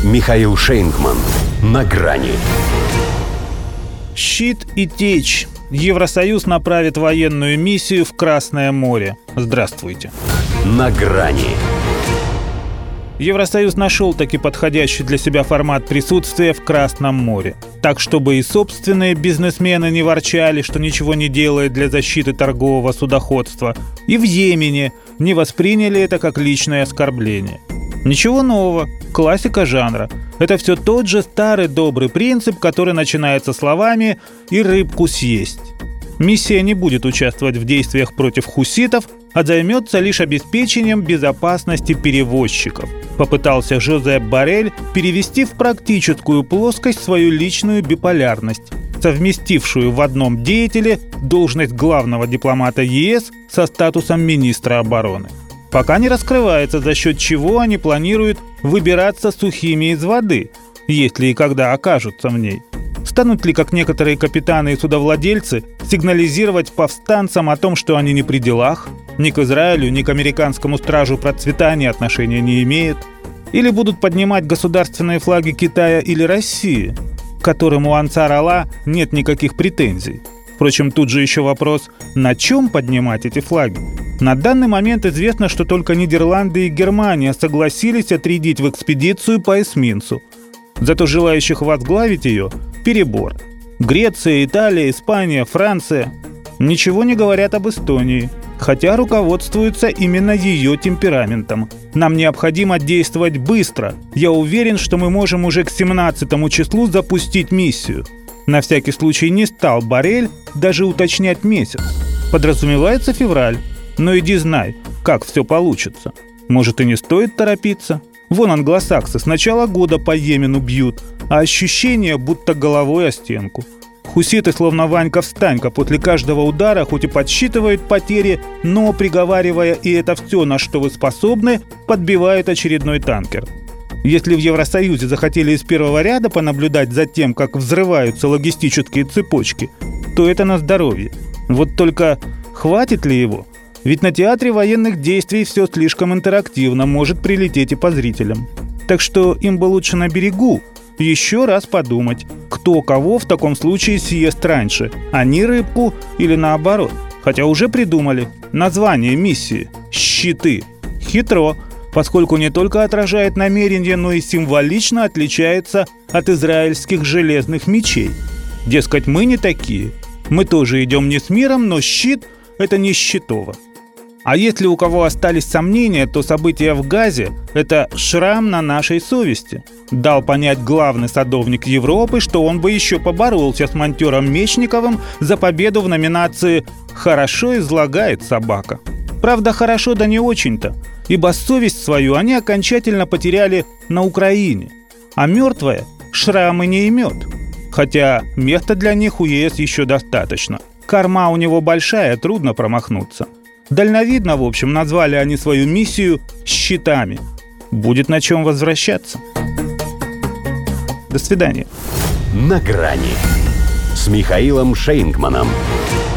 Михаил Шейнгман. На грани. Щит и течь. Евросоюз направит военную миссию в Красное море. Здравствуйте. На грани. Евросоюз нашел таки подходящий для себя формат присутствия в Красном море. Так, чтобы и собственные бизнесмены не ворчали, что ничего не делает для защиты торгового судоходства, и в Йемене не восприняли это как личное оскорбление. Ничего нового, классика жанра. Это все тот же старый добрый принцип, который начинается словами «и рыбку съесть». Миссия не будет участвовать в действиях против хуситов, а займется лишь обеспечением безопасности перевозчиков. Попытался Жозеп Боррель перевести в практическую плоскость свою личную биполярность, совместившую в одном деятеле должность главного дипломата ЕС со статусом министра обороны. Пока не раскрывается, за счет чего они планируют выбираться сухими из воды, если и когда окажутся в ней. Станут ли, как некоторые капитаны и судовладельцы, сигнализировать повстанцам о том, что они не при делах, ни к Израилю, ни к американскому стражу процветания отношения не имеют? Или будут поднимать государственные флаги Китая или России, к которым у Ансар Аллах нет никаких претензий? Впрочем, тут же еще вопрос, на чем поднимать эти флаги? На данный момент известно, что только Нидерланды и Германия согласились отрядить в экспедицию по эсминцу. Зато желающих возглавить ее – перебор. Греция, Италия, Испания, Франция ничего не говорят об Эстонии, хотя руководствуются именно ее темпераментом. Нам необходимо действовать быстро. Я уверен, что мы можем уже к 17 числу запустить миссию. На всякий случай не стал Боррель даже уточнять месяц. Подразумевается февраль. Но иди знай, как все получится. Может, и не стоит торопиться. Вон англосаксы с начала года по Йемену бьют, а ощущение, будто головой о стенку. Хуситы, словно Ванька-встанька, после каждого удара хоть и подсчитывают потери, но, приговаривая «и это все, на что вы способны», подбивают очередной танкер. Если в Евросоюзе захотели из первого ряда понаблюдать за тем, как взрываются логистические цепочки, то это на здоровье. Вот только хватит ли его? Ведь на театре военных действий все слишком интерактивно, может прилететь и по зрителям. Так что им бы лучше на берегу еще раз подумать, кто кого в таком случае съест раньше, они рыбку или наоборот. Хотя уже придумали название миссии – «Щиты». Хитро, поскольку не только отражает намерение, но и символично отличается от израильских железных мечей. Дескать, мы не такие. Мы тоже идем не с миром, но щит – это не щитово. А если у кого остались сомнения, то события в Газе – это шрам на нашей совести. Дал понять главный садовник Европы, что он бы еще поборолся с монтером Мечниковым за победу в номинации «Хорошо излагает собака». Правда, хорошо да не очень-то, ибо совесть свою они окончательно потеряли на Украине. А мертвая шрамы не имет. Хотя места для них у ЕС еще достаточно. Корма у него большая, трудно промахнуться. Дальновидно, в общем, назвали они свою миссию «щитами». Будет на чем возвращаться. До свидания. На грани с Михаилом Шейнгманом.